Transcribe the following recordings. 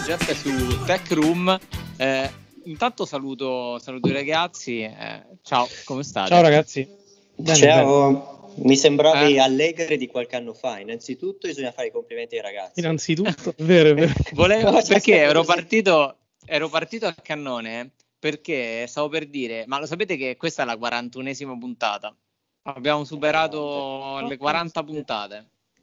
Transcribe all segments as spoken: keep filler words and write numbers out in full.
Widget su Tech Room. Eh, intanto saluto, saluto i ragazzi. Eh, ciao, come state? Ciao ragazzi. Bene, ciao, bene. Mi sembravi eh. allegri di qualche anno fa. Innanzitutto bisogna fare i complimenti ai ragazzi. Innanzitutto, vero, vero. Volevo, perché ero partito, ero partito a cannone perché stavo per dire, ma lo sapete che questa è la quarantunesima puntata? Abbiamo superato le quaranta puntate.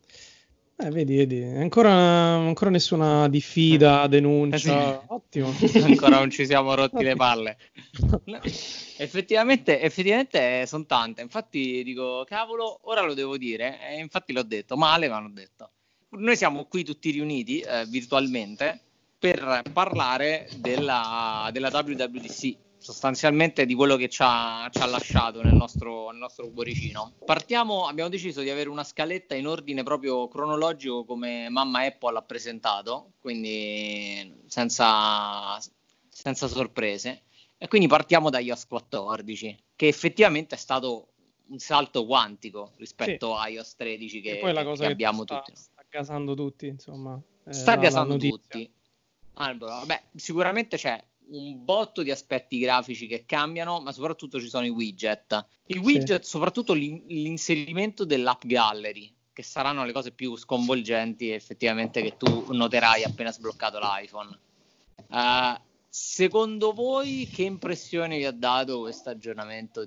Eh, vedi, vedi, ancora, ancora nessuna diffida, denuncia, sì. Ottimo. Ancora non ci siamo rotti le palle. No, effettivamente, effettivamente sono tante, infatti dico, cavolo, ora lo devo dire, e infatti l'ho detto, male ma l'ho detto. Noi siamo qui tutti riuniti eh, virtualmente per parlare della, della W W D C, sostanzialmente di quello che ci ha, ci ha lasciato nel nostro, nel nostro cuoricino. Partiamo, abbiamo deciso di avere una scaletta in ordine proprio cronologico come mamma Apple ha presentato, quindi senza, senza sorprese. E quindi partiamo da iOS quattordici, che effettivamente è stato un salto quantico rispetto sì. a iOS tredici che, e poi la che, cosa che che abbiamo sta, tutti. Sta gasando tutti, insomma. Eh, sta la, gasando la tutti. Allora, vabbè, sicuramente c'è un botto di aspetti grafici che cambiano, ma soprattutto ci sono i widget. I widget, sì. Soprattutto l'in- l'inserimento dell'app gallery, che saranno le cose più sconvolgenti effettivamente che tu noterai appena sbloccato l'iPhone. Uh, secondo voi che impressione vi ha dato questo aggiornamento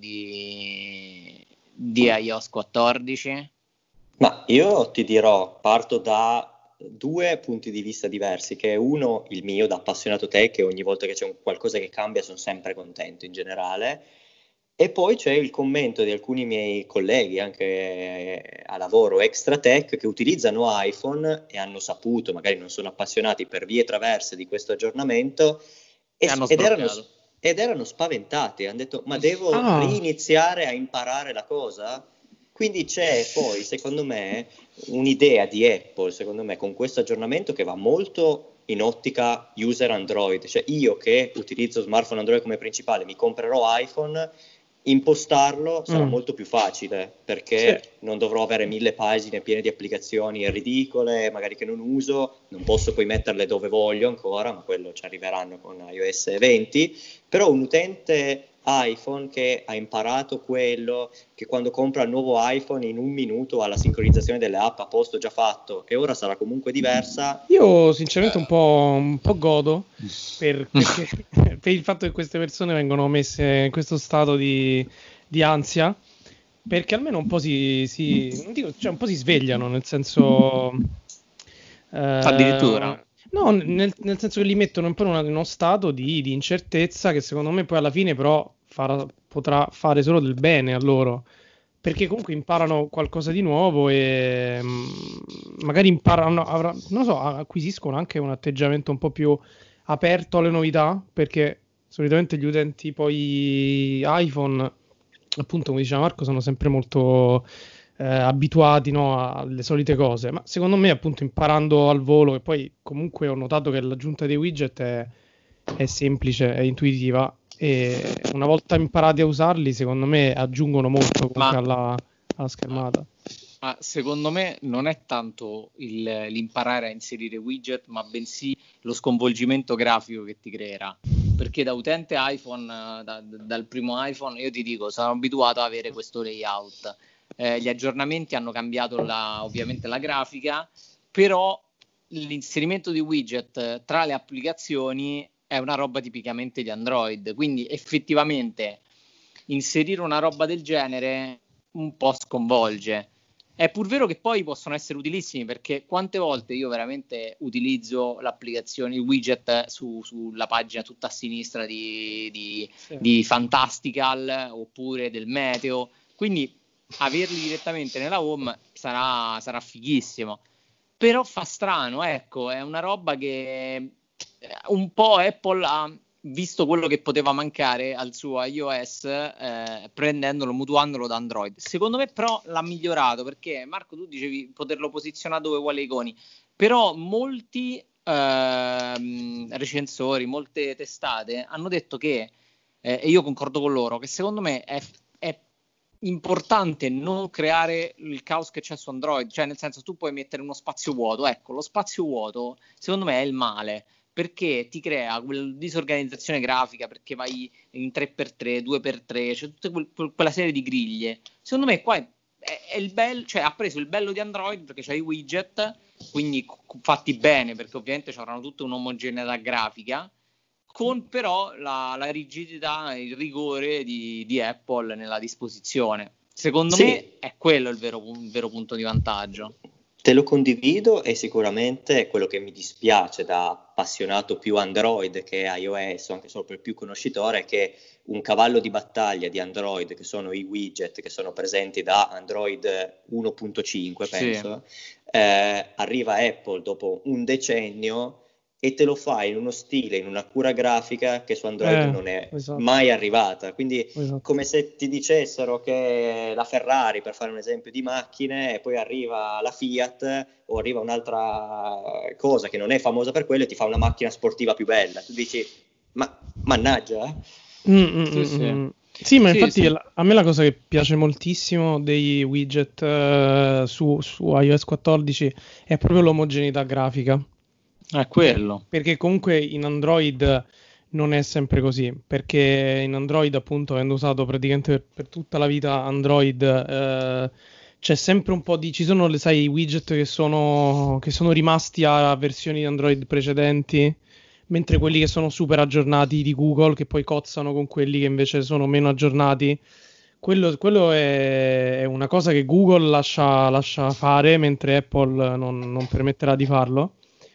di, di iOS quattordici? Ma io ti dirò, parto da due punti di vista diversi, che è uno, il mio da appassionato tech, che ogni volta che c'è un qualcosa che cambia sono sempre contento in generale, e poi c'è il commento di alcuni miei colleghi anche a lavoro extra tech che utilizzano iPhone e hanno saputo, magari non sono appassionati per vie traverse di questo aggiornamento e, e hanno ed, erano, ed erano spaventati, hanno detto ma devo ah. riniziare a imparare la cosa? Quindi c'è poi, secondo me, un'idea di Apple, secondo me, con questo aggiornamento che va molto in ottica user Android, cioè io che utilizzo smartphone Android come principale, mi comprerò iPhone, impostarlo sarà mm. molto più facile, perché sì. non dovrò avere mille pagine piene di applicazioni ridicole, magari che non uso, non posso poi metterle dove voglio ancora, ma quello ci arriveranno con iOS venti, però un utente iPhone che ha imparato quello, che quando compra il nuovo iPhone in un minuto ha la sincronizzazione delle app a posto già fatto, e ora sarà comunque diversa. Io sinceramente un po', un po' godo per, perché, per il fatto che queste persone vengono messe in questo stato di, di ansia, perché almeno un po' si, si non dico, cioè un po' si svegliano, nel senso eh, addirittura no, nel, nel senso che li mettono un po' in uno stato di, di incertezza che secondo me poi alla fine però farà, potrà fare solo del bene a loro, perché comunque imparano qualcosa di nuovo e mh, magari imparano, avra, non so, acquisiscono anche un atteggiamento un po' più aperto alle novità, perché solitamente gli utenti poi iPhone, appunto come diceva Marco, sono sempre molto eh, abituati, no, alle solite cose, ma secondo me appunto imparando al volo, e poi comunque ho notato che l'aggiunta dei widget è, è semplice, è intuitiva, e una volta imparati a usarli secondo me aggiungono molto comunque ma, alla, alla schermata. Ma secondo me non è tanto il, l'imparare a inserire widget, ma bensì lo sconvolgimento grafico che ti creerà, perché da utente iPhone, da, dal primo iPhone, io ti dico, sono abituato ad avere questo layout. Eh, gli aggiornamenti hanno cambiato la, ovviamente la grafica, però l'inserimento di widget tra le applicazioni è una roba tipicamente di Android, quindi effettivamente inserire una roba del genere un po' sconvolge. È pur vero che poi possono essere utilissimi, perché quante volte io veramente utilizzo l'applicazione, il widget su, sulla pagina tutta a sinistra di, di, sì. di Fantastical oppure del Meteo, quindi averli direttamente nella home sarà, sarà fighissimo, però fa strano, ecco, è una roba che un po' Apple ha visto quello che poteva mancare al suo iOS, eh, prendendolo, mutuandolo da Android. Secondo me però l'ha migliorato, perché Marco, tu dicevi poterlo posizionare dove vuole i iconi, però molti eh, recensori, molte testate hanno detto che, eh, e io concordo con loro, che secondo me è, è importante non creare il caos che c'è su Android, cioè nel senso tu puoi mettere uno spazio vuoto, ecco, lo spazio vuoto secondo me è il male, perché ti crea quella disorganizzazione grafica, perché vai in tre per tre, due per tre, cioè tutta quel, quella serie di griglie. Secondo me qua è, è il bello, cioè ha preso il bello di Android perché c'ha i widget, quindi fatti bene, perché ovviamente avranno tutta un'omogeneità grafica, con però la, la rigidità e il rigore di, di Apple nella disposizione. Secondo Sì. me è quello il vero, il vero punto di vantaggio. Te lo condivido, e sicuramente quello che mi dispiace da appassionato più Android che iOS, anche solo per più conoscitore, è che un cavallo di battaglia di Android, che sono i widget che sono presenti da Android uno punto cinque, penso, sì. eh, arriva Apple dopo un decennio e te lo fa in uno stile, in una cura grafica che su Android Eh, non è esatto. mai arrivata. Quindi Esatto. come se ti dicessero che la Ferrari, per fare un esempio di macchine, e poi arriva la Fiat o arriva un'altra cosa che non è famosa per quello e ti fa una macchina sportiva più bella. Tu dici, ma mannaggia, eh? Mm, mm, Sì, sì. mm, mm. Sì, ma Sì, infatti sì. la- a me la cosa che piace moltissimo dei widget eh, su, su iOS quattordici è proprio l'omogeneità grafica. È quello. Perché comunque in Android non è sempre così, perché in Android, appunto, avendo usato praticamente per, per tutta la vita Android, eh, c'è sempre un po' di... ci sono, le, sai, i widget che sono, che sono rimasti a versioni di Android precedenti, mentre quelli che sono super aggiornati di Google, che poi cozzano con quelli che invece sono meno aggiornati. Quello, quello è, è una cosa che Google lascia, lascia fare, mentre Apple non, non permetterà di farlo.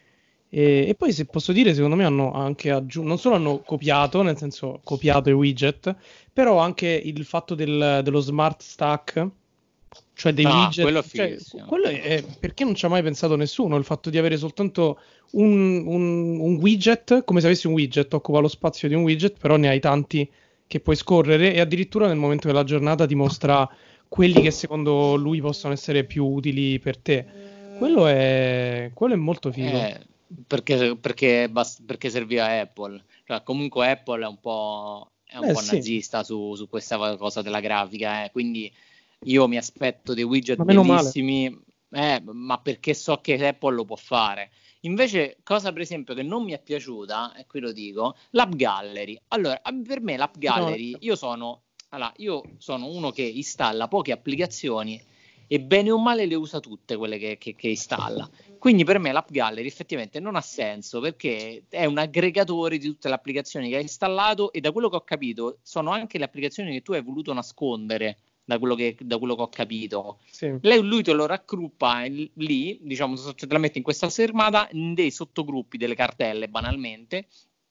E, e poi, se posso dire, secondo me hanno anche aggiunto, non solo hanno copiato, nel senso copiato i widget, però anche il fatto del- dello smart stack, cioè dei Ah, widget, quello è cioè, fighissimo. quello è perché non ci ha mai pensato nessuno, il fatto di avere soltanto un, un- un widget, come se avessi un widget, occupa lo spazio di un widget, però ne hai tanti che puoi scorrere, e addirittura nel momento della giornata ti mostra quelli che secondo lui possono essere più utili per te. Quello è, quello è molto figo. Eh, perché, perché, bast- perché serviva a Apple. Cioè, comunque Apple è un po', è un Eh po' sì, nazista su, su questa cosa della grafica, eh. Quindi io mi aspetto dei widget ma meno male. bellissimi, eh, ma perché so che Apple lo può fare. Invece, cosa per esempio che non mi è piaciuta, e qui lo dico, l'App Gallery. Allora, per me l'App No, Gallery, io sono, allora, io sono uno che installa poche applicazioni e bene o male le usa tutte quelle che, che, che installa. Quindi per me l'App Gallery effettivamente non ha senso, perché è un aggregatore di tutte le applicazioni che hai installato, e da quello che ho capito sono anche le applicazioni che tu hai voluto nascondere, da quello che, da quello che ho capito. sì. Lei, lui te lo racgruppa lì, diciamo, te la mette in questa schermata in dei sottogruppi delle cartelle, banalmente,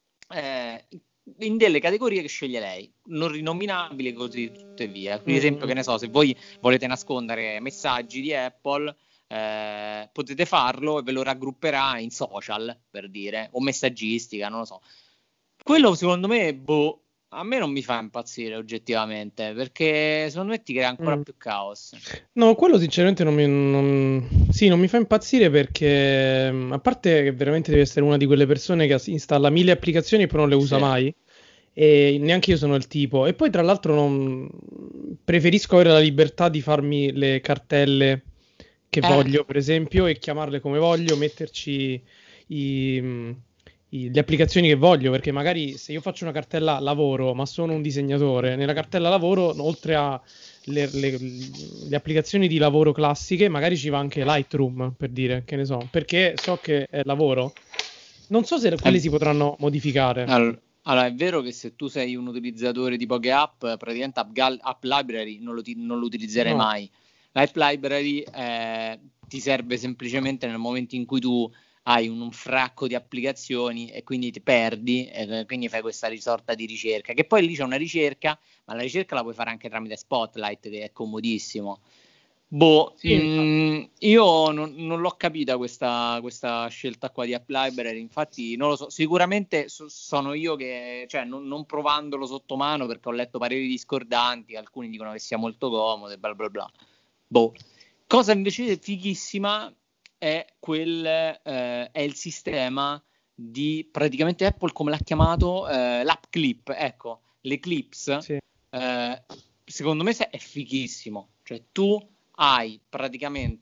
eh, in delle categorie che sceglie lei, non rinominabili, così tutte via. Per esempio, che ne so, se voi volete nascondere messaggi di Apple, eh, potete farlo e ve lo raggrupperà in social, per dire, o messaggistica, non lo so. Quello secondo me, boh, a me non mi fa impazzire oggettivamente, perché secondo me ti crea ancora Mm. più caos. No, quello sinceramente non mi, non- sì, non mi fa impazzire, perché mm, a parte che veramente devi essere una di quelle persone che installa mille applicazioni e poi non le usa Sì. mai, e neanche io sono il tipo. E poi tra l'altro non... preferisco avere la libertà di farmi le cartelle che Eh, voglio, per esempio, e chiamarle come voglio, metterci i, mm, i- le applicazioni che voglio, perché magari se io faccio una cartella lavoro, ma sono un disegnatore, nella cartella lavoro, oltre a le, le- le applicazioni di lavoro classiche, magari ci va anche Lightroom, per dire, che ne so, perché so che è lavoro. Non so se quelle è- si potranno modificare. All- Allora, è vero che se tu sei un utilizzatore di poche app, praticamente App, Gal- App Library non lo, ti- non lo utilizzerei No. mai. L'app Library eh, ti serve semplicemente nel momento in cui tu hai un, un fracco di applicazioni e quindi ti perdi, e quindi fai questa sorta di ricerca, che poi lì c'è una ricerca, ma la ricerca la puoi fare anche tramite Spotlight, che è comodissimo. Boh, Sì, mh, io non, non l'ho capita questa, questa scelta qua di App Library, infatti non lo so, sicuramente so- sono io che, cioè non, non provandolo sotto mano, perché ho letto pareri discordanti, alcuni dicono che sia molto comodo e bla bla bla. Boh. Cosa invece fighissima è quel, eh, è il sistema di, praticamente Apple come l'ha chiamato, eh, l'app clip, ecco, le clips, sì. eh, secondo me se- è fighissimo, cioè tu hai praticamente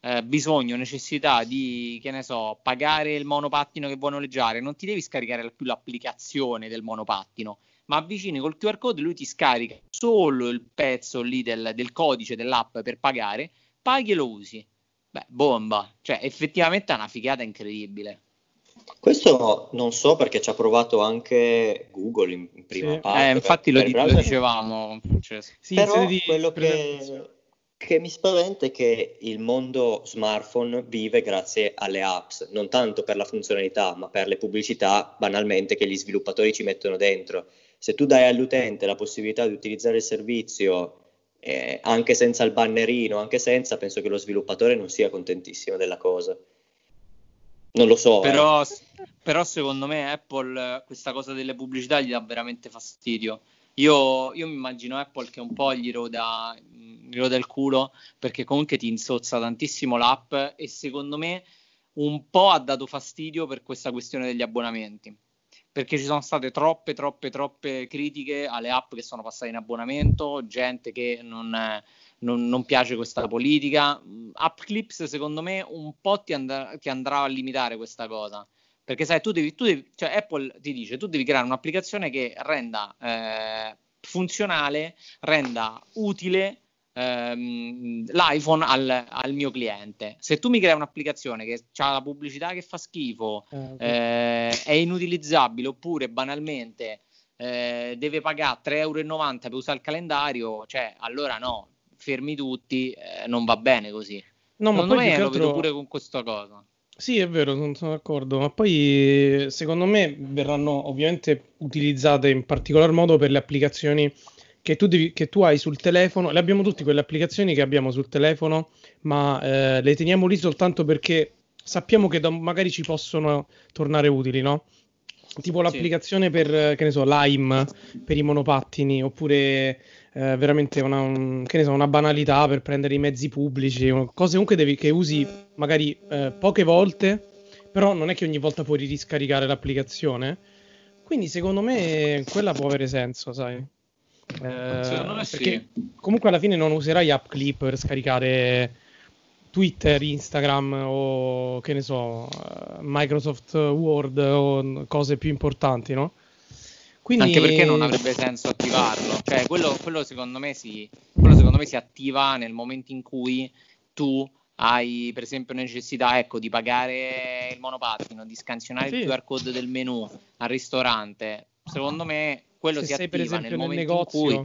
eh, bisogno, necessità di, che ne so, pagare il monopattino che vuoi noleggiare, non ti devi scaricare più l'applicazione del monopattino, ma avvicini col Q R code, lui ti scarica solo il pezzo lì del, del codice dell'app per pagare, paghi e lo usi. Beh, bomba, cioè effettivamente è una figata incredibile. Questo non so perché ci ha provato anche Google in, in prima Sì. parte. Eh, infatti per, lo, per di- browser. lo dicevamo, Francesco. Sì, in sede Però di quello presentazione. che, che mi spaventa è che il mondo smartphone vive grazie alle apps, non tanto per la funzionalità, ma per le pubblicità banalmente che gli sviluppatori ci mettono dentro. Se tu dai all'utente la possibilità di utilizzare il servizio eh, anche senza il bannerino, anche senza, penso che lo sviluppatore non sia contentissimo della cosa. Non lo so, eh. Però, però secondo me Apple questa cosa delle pubblicità gli dà veramente fastidio. Io, io mi immagino Apple che un po' gli roda, gli roda il culo, perché comunque ti insozza tantissimo l'app, e secondo me un po' ha dato fastidio per questa questione degli abbonamenti, perché ci sono state troppe troppe troppe critiche alle app che sono passate in abbonamento, gente che non, non, non piace questa politica. App Clips secondo me un po' ti, and- ti andrà a limitare questa cosa, perché sai, tu devi, tu devi, cioè Apple ti dice, tu devi creare un'applicazione che renda eh, funzionale, renda utile ehm, l'iPhone al, al mio cliente. Se tu mi crei un'applicazione che ha la pubblicità che fa schifo, Eh, ok. eh, è inutilizzabile, oppure banalmente eh, deve pagare tre euro e novanta per usare il calendario, cioè allora no, fermi tutti, eh, non va bene così. No, ma Secondo poi più me che lo vedo altro... pure con questa cosa. Sì, è vero, non sono d'accordo, ma poi secondo me verranno ovviamente utilizzate in particolar modo per le applicazioni che tu, devi, che tu hai sul telefono. Le abbiamo tutte quelle applicazioni che abbiamo sul telefono, ma eh, le teniamo lì soltanto perché sappiamo che da- magari ci possono tornare utili, no? Tipo Sì. l'applicazione per, eh, che ne so, Lime per i monopattini, oppure eh, veramente una, un- che ne so, una banalità per prendere i mezzi pubblici, o cose comunque devi, che usi magari eh, poche volte, però non è che ogni volta puoi riscaricare l'applicazione. Quindi secondo me quella può avere senso, sai? Secondo Eh, me perché sì. comunque alla fine non userai App Clip per scaricare Twitter, Instagram o che ne so, eh, Microsoft Word o cose più importanti, no? Anche perché non Quindi avrebbe senso attivarlo. Cioè, quello, quello secondo me si, quello secondo me si attiva nel momento in cui tu hai, per esempio, necessità, ecco, di pagare il monopattino, di scansionare il sì, Q R code del menu al ristorante. Secondo me quello se si sei per attiva nel esempio nel momento in cui negozio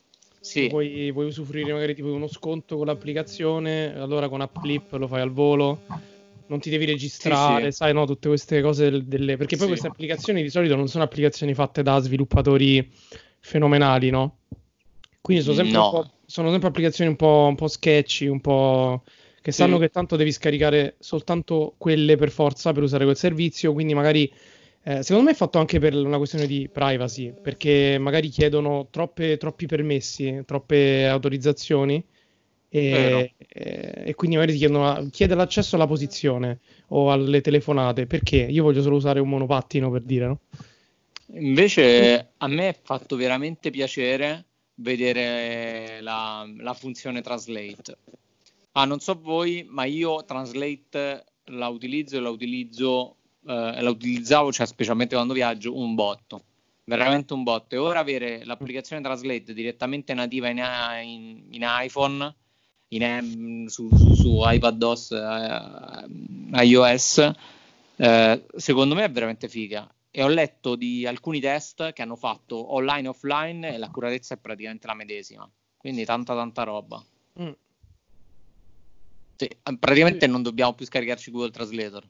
e sì, vuoi, vuoi usufruire magari tipo uno sconto con l'applicazione, allora con App Clip lo fai al volo, non ti devi sì, sì, registrare, sai, no, tutte queste cose del- delle... perché poi sì. queste applicazioni di solito non sono applicazioni fatte da sviluppatori fenomenali, no? Quindi sono sempre un No. po', sono sempre applicazioni un po', un po' sketchy, un po' che sanno Sì. che tanto devi scaricare soltanto quelle per forza per usare quel servizio, quindi magari eh, secondo me è fatto anche per una questione di privacy, perché magari chiedono troppe- troppi permessi, troppe autorizzazioni Vero. e, e- e quindi magari ti chiedono, chiede l'accesso alla posizione o alle telefonate, perché io voglio solo usare un monopattino per dire, no? Invece a me è fatto veramente piacere vedere la, la funzione Translate. Ah, non so voi, ma io Translate la utilizzo e la utilizzo, eh, la utilizzavo, cioè specialmente quando viaggio, un botto. Veramente un botto. E ora avere l'applicazione Translate direttamente nativa in, in, in iPhone, in, su, su, su iPadOS, eh, iOS, eh, secondo me è veramente figa. E ho letto di alcuni test che hanno fatto online e offline e l'accuratezza è praticamente la medesima. Quindi tanta tanta roba. Mm. Sì, Sì. praticamente non dobbiamo più scaricarci Google Translator.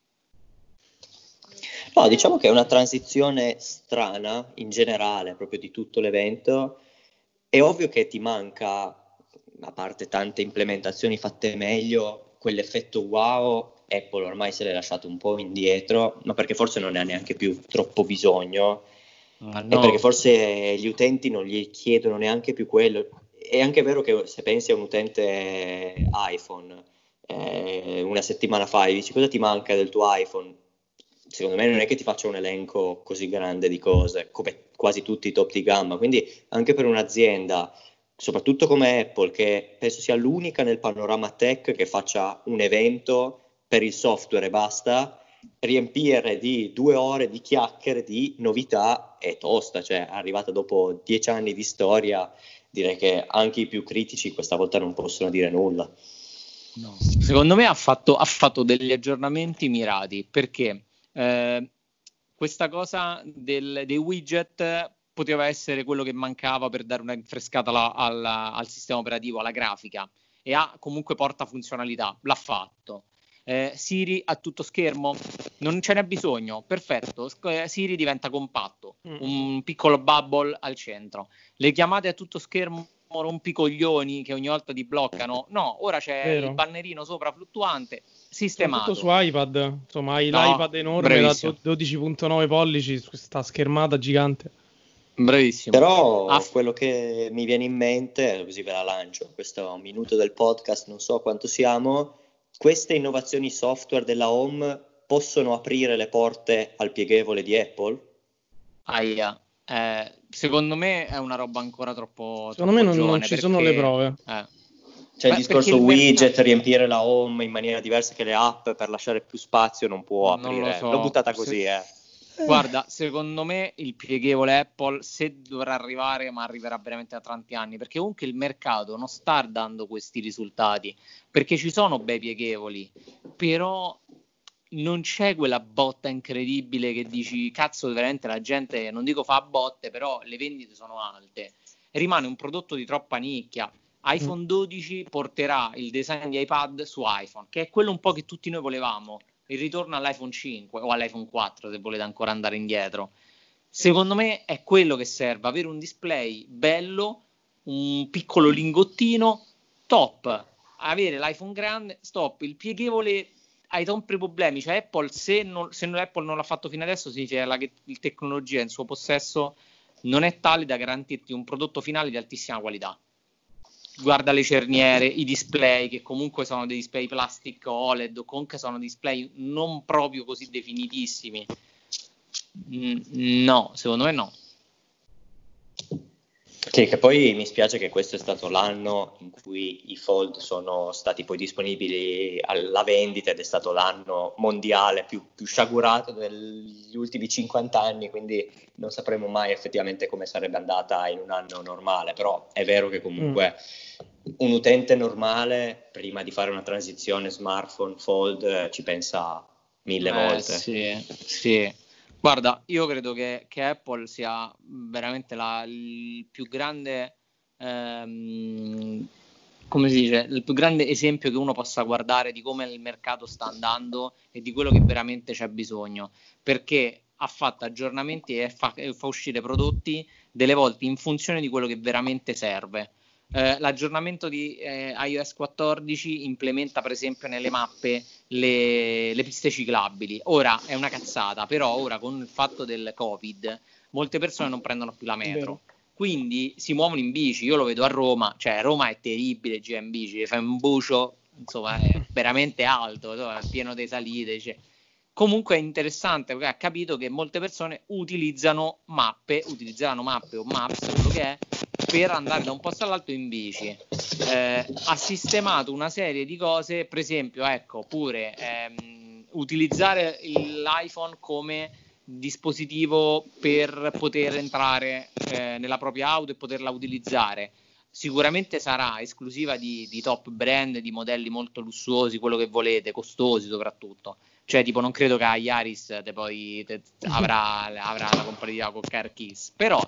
No, diciamo che è una transizione strana in generale, proprio di tutto l'evento. È ovvio che ti manca, a parte tante implementazioni fatte meglio, quell'effetto wow. Apple ormai se l'è lasciato un po' indietro, ma perché forse non ne ha neanche più troppo bisogno, Ah, e perché no. forse gli utenti non gli chiedono neanche più quello. È anche vero che se pensi a un utente iPhone, eh, una settimana fa e dici cosa ti manca del tuo iPhone, secondo me non è che ti faccia un elenco così grande di cose, come quasi tutti i top di gamma, quindi anche per un'azienda soprattutto come Apple, che penso sia l'unica nel panorama tech che faccia un evento per il software e basta, riempire di due ore di chiacchiere di novità è tosta, cioè arrivata dopo dieci anni di storia, direi che anche i più critici questa volta non possono dire nulla. No. Secondo me ha fatto, ha fatto degli aggiornamenti mirati, perché eh, questa cosa del, dei widget poteva essere quello che mancava per dare una rinfrescata alla, alla, al sistema operativo, alla grafica, e ha comunque porta funzionalità, l'ha fatto. Eh, Siri a tutto schermo, non ce n'è bisogno, perfetto, Siri diventa compatto, mm. un piccolo bubble al centro. Le chiamate a tutto schermo rompicoglioni che ogni volta ti bloccano, no, ora c'è Vero. il bannerino sopra fluttuante, sistemato. Tutto su iPad, insomma hai no, l'iPad enorme bravissimo. Da dodici virgola nove pollici, questa schermata gigante. Bravissimo. Però ah. quello che mi viene in mente, così ve la lancio, questo è un minuto del podcast, non so quanto siamo, queste innovazioni software della Home possono aprire le porte al pieghevole di Apple? Aia, eh, secondo me è una roba ancora troppo Secondo troppo me non, giovane, non ci perché, sono le prove. C'è Eh. Beh, il discorso il widget, mercato... riempire la Home in maniera diversa che le app per lasciare più spazio non può non aprire. Lo so. L'ho buttata così, Se... eh. Guarda, secondo me il pieghevole Apple, se dovrà arrivare, ma arriverà veramente da tanti anni, perché comunque il mercato non sta dando questi risultati, perché ci sono bei pieghevoli, però non c'è quella botta incredibile che dici, cazzo, veramente la gente, non dico fa botte, però le vendite sono alte. Rimane un prodotto di troppa nicchia. iPhone dodici porterà il design di iPad su iPhone, che è quello un po' che tutti noi volevamo. Il ritorno all'iPhone cinque o all'iPhone quattro, se volete ancora andare indietro. Secondo me è quello che serve, avere un display bello, un piccolo lingottino, top. Avere l'iPhone grande, stop. Il pieghevole hai tanti problemi. Cioè Apple, se, non, se Apple non l'ha fatto fino adesso, significa che la tecnologia in suo possesso non è tale da garantirti un prodotto finale di altissima qualità. Guarda le cerniere, i display, che comunque sono dei display plastic O L E D, o comunque sono display non proprio così definitissimi. No, secondo me no. Sì, che poi mi spiace che questo è stato l'anno in cui i Fold sono stati poi disponibili alla vendita ed è stato l'anno mondiale più, più sciagurato degli ultimi cinquanta anni, quindi non sapremo mai effettivamente come sarebbe andata in un anno normale, però è vero che comunque mm. un utente normale prima di fare una transizione smartphone Fold ci pensa mille eh, volte. Sì, sì. Guarda, io credo che, che Apple sia veramente la, il più grande, ehm, come si dice, il più grande esempio che uno possa guardare di come il mercato sta andando e di quello che veramente c'è bisogno, perché ha fatto aggiornamenti e fa, e fa uscire prodotti delle volte in funzione di quello che veramente serve. Eh, l'aggiornamento di eh, iOS quattordici implementa per esempio nelle mappe le, le piste ciclabili. Ora è una cazzata, però ora con il fatto del Covid molte persone non prendono più la metro, quindi si muovono in bici. Io lo vedo a Roma, cioè Roma è terribile girare in bici, fai un bucio, insomma è veramente alto, è pieno di salite, cioè. Comunque è interessante perché ha capito che molte persone utilizzano mappe, utilizzeranno mappe o maps, quello che è, per andare da un posto all'altro in bici. Eh, ha sistemato una serie di cose, per esempio, ecco, pure ehm, utilizzare l'iPhone come dispositivo per poter entrare eh, nella propria auto e poterla utilizzare. Sicuramente sarà esclusiva di, di top brand, di modelli molto lussuosi, quello che volete, costosi soprattutto. Cioè, tipo, non credo che a Yaris te poi te, avrà, avrà la compatibilità con Car Keys, però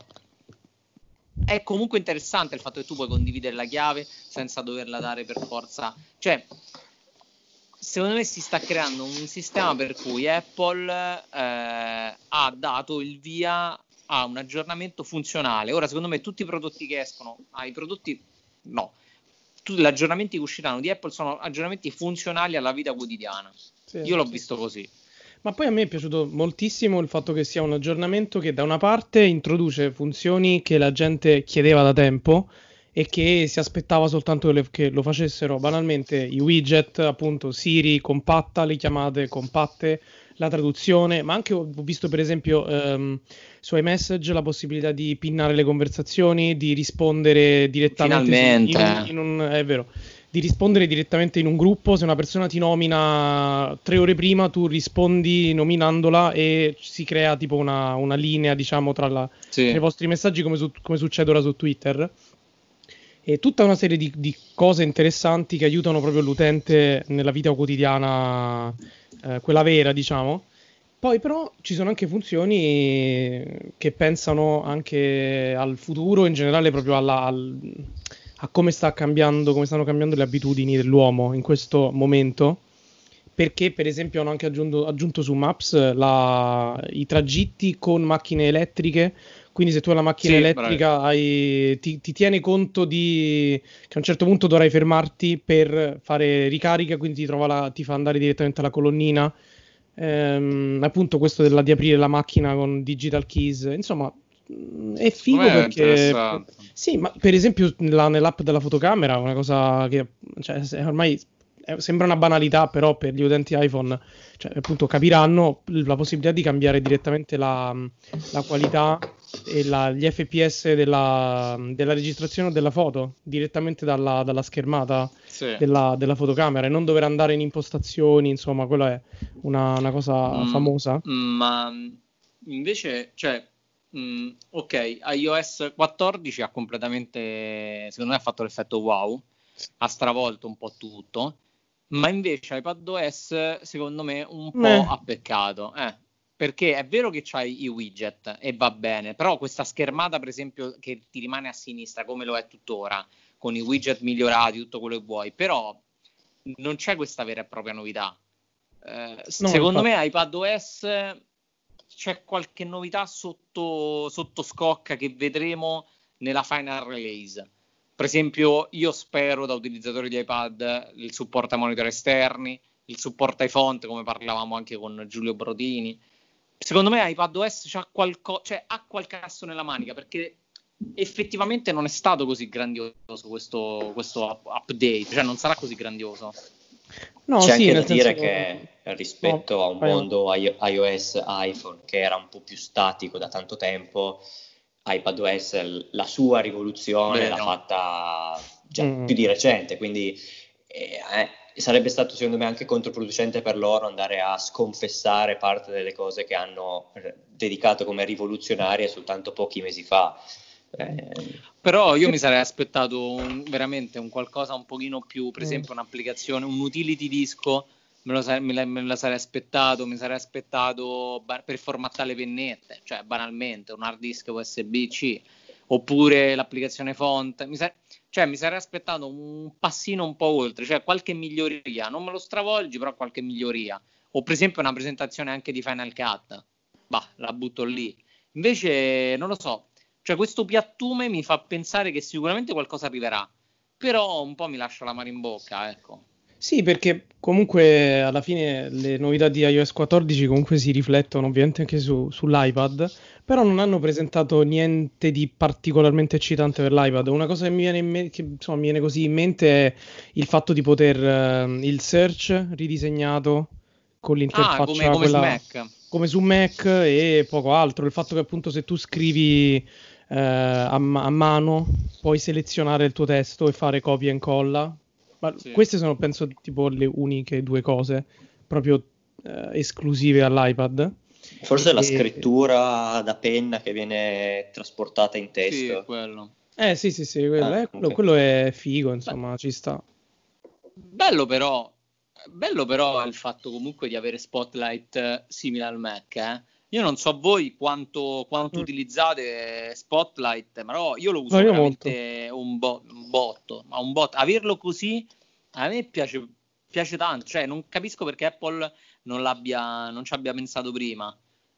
è comunque interessante il fatto che tu puoi condividere la chiave senza doverla dare per forza. Cioè, secondo me si sta creando un sistema per cui Apple eh, ha dato il via a un aggiornamento funzionale. Ora, secondo me, tutti i prodotti che escono, ah, i prodotti no, tutti gli aggiornamenti che usciranno di Apple sono aggiornamenti funzionali alla vita quotidiana. Sì, io l'ho sì. visto così. Ma poi a me è piaciuto moltissimo il fatto che sia un aggiornamento che da una parte introduce funzioni che la gente chiedeva da tempo e che si aspettava soltanto che, le, che lo facessero banalmente i widget, appunto Siri compatta, le chiamate compatte, la traduzione, ma anche ho visto per esempio ehm, su iMessage la possibilità di pinnare le conversazioni, di rispondere direttamente su- in un, Finalmente. in un- è vero, di rispondere direttamente in un gruppo. Se una persona ti nomina tre ore prima, tu rispondi nominandola e si crea tipo una, una linea, diciamo, tra, la- tra i Sì. vostri messaggi, come, su- come succede ora su Twitter. E tutta una serie di, di cose interessanti che aiutano proprio l'utente nella vita quotidiana, eh, quella vera, diciamo. Poi però ci sono anche funzioni che pensano anche al futuro, in generale proprio alla- al- a come sta cambiando, come stanno cambiando le abitudini dell'uomo in questo momento. Perché, per esempio, hanno anche aggiunto, aggiunto su Maps la- i tragitti con macchine elettriche. Quindi, se tu hai la macchina Sì, bravi. elettrica, hai- ti, ti tiene conto di che a un certo punto dovrai fermarti per fare ricarica, quindi ti, trova la- ti fa andare direttamente alla colonnina. Ehm, appunto, questo della, di aprire la macchina con digital keys, insomma, mh, è Secondo figo me è perché interessante. sì, ma per esempio nella- nell'app della fotocamera, una cosa che cioè, se- ormai eh, sembra una banalità, però per gli utenti iPhone, cioè, appunto, capiranno la possibilità di cambiare direttamente la, la qualità e la- gli F P S della, della registrazione o della foto direttamente dalla, dalla schermata Sì. della, della fotocamera e non dover andare in impostazioni, insomma, quella è una, una cosa Mm, famosa. ma mm, invece, cioè, mm, ok, iOS quattordici ha completamente, secondo me ha fatto l'effetto wow, ha stravolto un po' tutto, ma invece iPadOS secondo me un po' Eh, ha peccato, eh, perché è vero che c'hai i widget e va bene, però questa schermata per esempio che ti rimane a sinistra come lo è tuttora, con i widget migliorati, tutto quello che vuoi, però non c'è questa vera e propria novità. Eh, no, secondo infatti. me iPadOS c'è qualche novità sotto, sotto scocca che vedremo nella final release. Per esempio, io spero da utilizzatore di iPad il supporto ai monitor esterni, il supporto ai font, come parlavamo anche con Giulio Brodini. Secondo me iPadOS c'ha qualco- cioè, ha qualche asso nella manica perché effettivamente non è stato così grandioso questo, questo up- update, cioè non sarà così grandioso. No, C'è sì, anche da nel senso. dire che No, rispetto a un vai, vai. mondo i- iOS iPhone che era un po' più statico da tanto tempo, iPadOS l- la sua rivoluzione l'ha Vero. fatta già Mm. più di recente, quindi eh, eh, sarebbe stato secondo me anche controproducente per loro andare a sconfessare parte delle cose che hanno eh, dedicato come rivoluzionarie soltanto pochi mesi fa. Eh, Però io Sì. mi sarei aspettato un, veramente un qualcosa un pochino più, per Mm. esempio un'applicazione, un utility disco, me, lo sare- me la, me la sarei aspettato, mi sarei aspettato ba- per formattare le pennette, cioè banalmente un hard disk U S B-C, oppure l'applicazione font, mi sa- cioè mi sarei aspettato un passino un po' oltre, cioè qualche miglioria, non me lo stravolgi, però qualche miglioria, o per esempio una presentazione anche di Final Cut, bah, la butto lì. Invece, non lo so, cioè questo piattume mi fa pensare che sicuramente qualcosa arriverà, però un po' mi lascia la mano in bocca, ecco. Sì, perché comunque alla fine le novità di iOS quattordici comunque si riflettono ovviamente anche su- sull'iPad, però non hanno presentato niente di particolarmente eccitante per l'iPad. Una cosa che mi viene, in me- che, insomma, mi viene così in mente è il fatto di poter ehm, il search ridisegnato con Ah, come, l'interfaccia come su quella Mac. come su Mac e poco altro. Il fatto che appunto se tu scrivi eh, a, ma- a mano puoi selezionare il tuo testo e fare copia e incolla. Ma Sì. queste sono, penso, tipo le uniche due cose proprio eh, esclusive all'iPad. Forse la E- scrittura da penna che viene trasportata in Sì, è testo. quello. Eh sì, sì, sì, quello, Ah, eh, quello- ok. quello è figo, Beh, insomma, ci sta. bello però, bello però il fatto comunque di avere Spotlight eh, simile al Mac, eh. Io non so voi quanto, quanto Mm. utilizzate Spotlight, però io lo No, uso io molto. veramente un, bo- un botto, ma un botto. Averlo così a me piace, piace tanto, cioè non capisco perché Apple non l'abbia, non ci abbia pensato prima.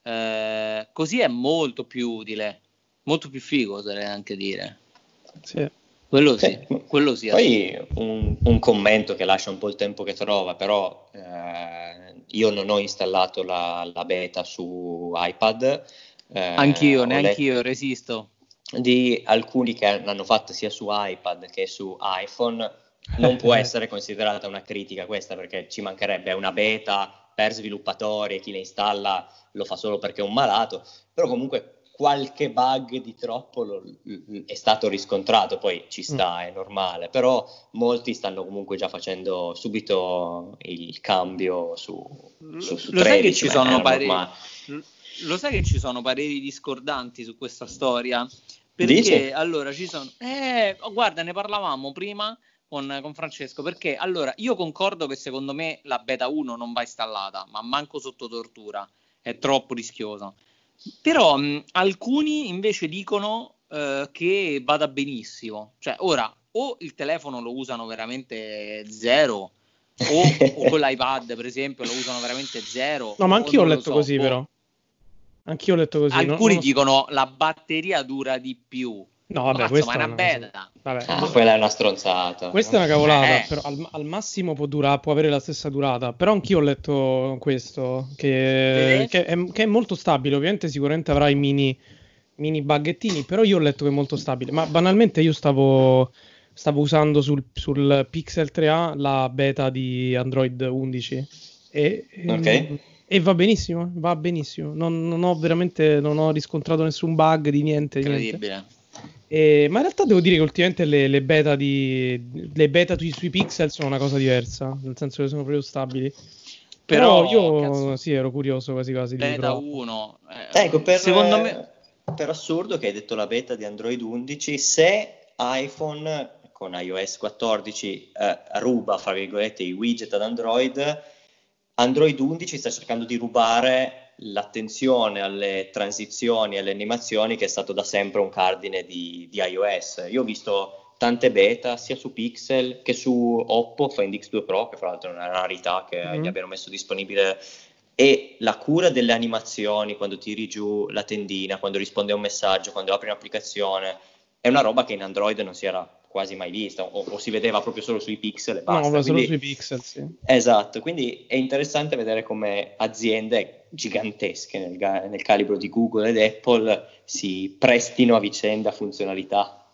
Eh, così è molto più utile, molto più figo, oserei anche dire. Sì. Quello Sì. sì, quello sì, Poi un, un commento che lascia un po' il tempo che trova, però eh, io non ho installato la, la beta su iPad, eh, anch'io, ho letto neanch'io resisto. di alcuni che l'hanno fatto sia su iPad che su iPhone. Non può essere considerata una critica questa perché ci mancherebbe una beta per sviluppatori e chi le installa lo fa solo perché è un malato, però comunque qualche bug di troppo lo, è stato riscontrato, poi ci sta, mm. è normale, però molti stanno comunque già facendo subito il cambio su, su, su lo tredici, sai che ci sono pareri, lo sai che ci sono pareri discordanti su questa storia? Perché Dici? allora ci sono eh, guarda, ne parlavamo prima con, con Francesco, perché allora io concordo che secondo me la beta uno non va installata, ma manco sotto tortura, è troppo rischiosa. Però mh, alcuni invece dicono uh, che vada benissimo. Cioè, ora, o il telefono lo usano veramente zero, o, o con l'iPad, per esempio, lo usano veramente zero. No, ma anch'io ho letto so, così, boh. però. Anch'io ho letto così. Alcuni non, non dicono so. La batteria dura di più. No, vabbè, Mazzo, questa ma è una beta. Vabbè, ah, quella è una stronzata. Questa no? è una cavolata, eh. però al, al massimo può durare, può avere la stessa durata. Però anch'io ho letto questo, che, che, è, che è molto stabile. Ovviamente sicuramente avrà i mini, mini buggettini, però io ho letto che è molto stabile. Ma banalmente io stavo, stavo usando sul, sul Pixel tre a la beta di Android undici e, okay. e, e va benissimo, va benissimo. Non, non ho veramente non ho riscontrato nessun bug di niente. Incredibile. Niente. Eh, ma in realtà devo dire che ultimamente le, le beta di le beta sui, sui Pixel sono una cosa diversa, nel senso che sono proprio stabili. Però, Però io cazzo, sì, ero curioso quasi quasi di beta uno. Eh, ecco, per, secondo me per assurdo che hai detto la beta di Android undici, se iPhone con iOS quattordici eh, ruba, fra virgolette, i widget ad Android, Android undici sta cercando di rubare l'attenzione alle transizioni, alle animazioni, che è stato da sempre un cardine di, di iOS. Io ho visto tante beta sia su Pixel che su Oppo Find X due Pro, che fra l'altro è una rarità che mm-hmm. gli abbiano messo disponibile, e la cura delle animazioni quando tiri giù la tendina, quando risponde a un messaggio, quando apri un'applicazione, è una roba che in Android non si era quasi mai vista, o, o si vedeva proprio solo sui Pixel e basta. No, quindi, solo sui Pixel, sì. Esatto, quindi è interessante vedere come aziende gigantesche nel, nel calibro di Google ed Apple si prestino a vicenda funzionalità.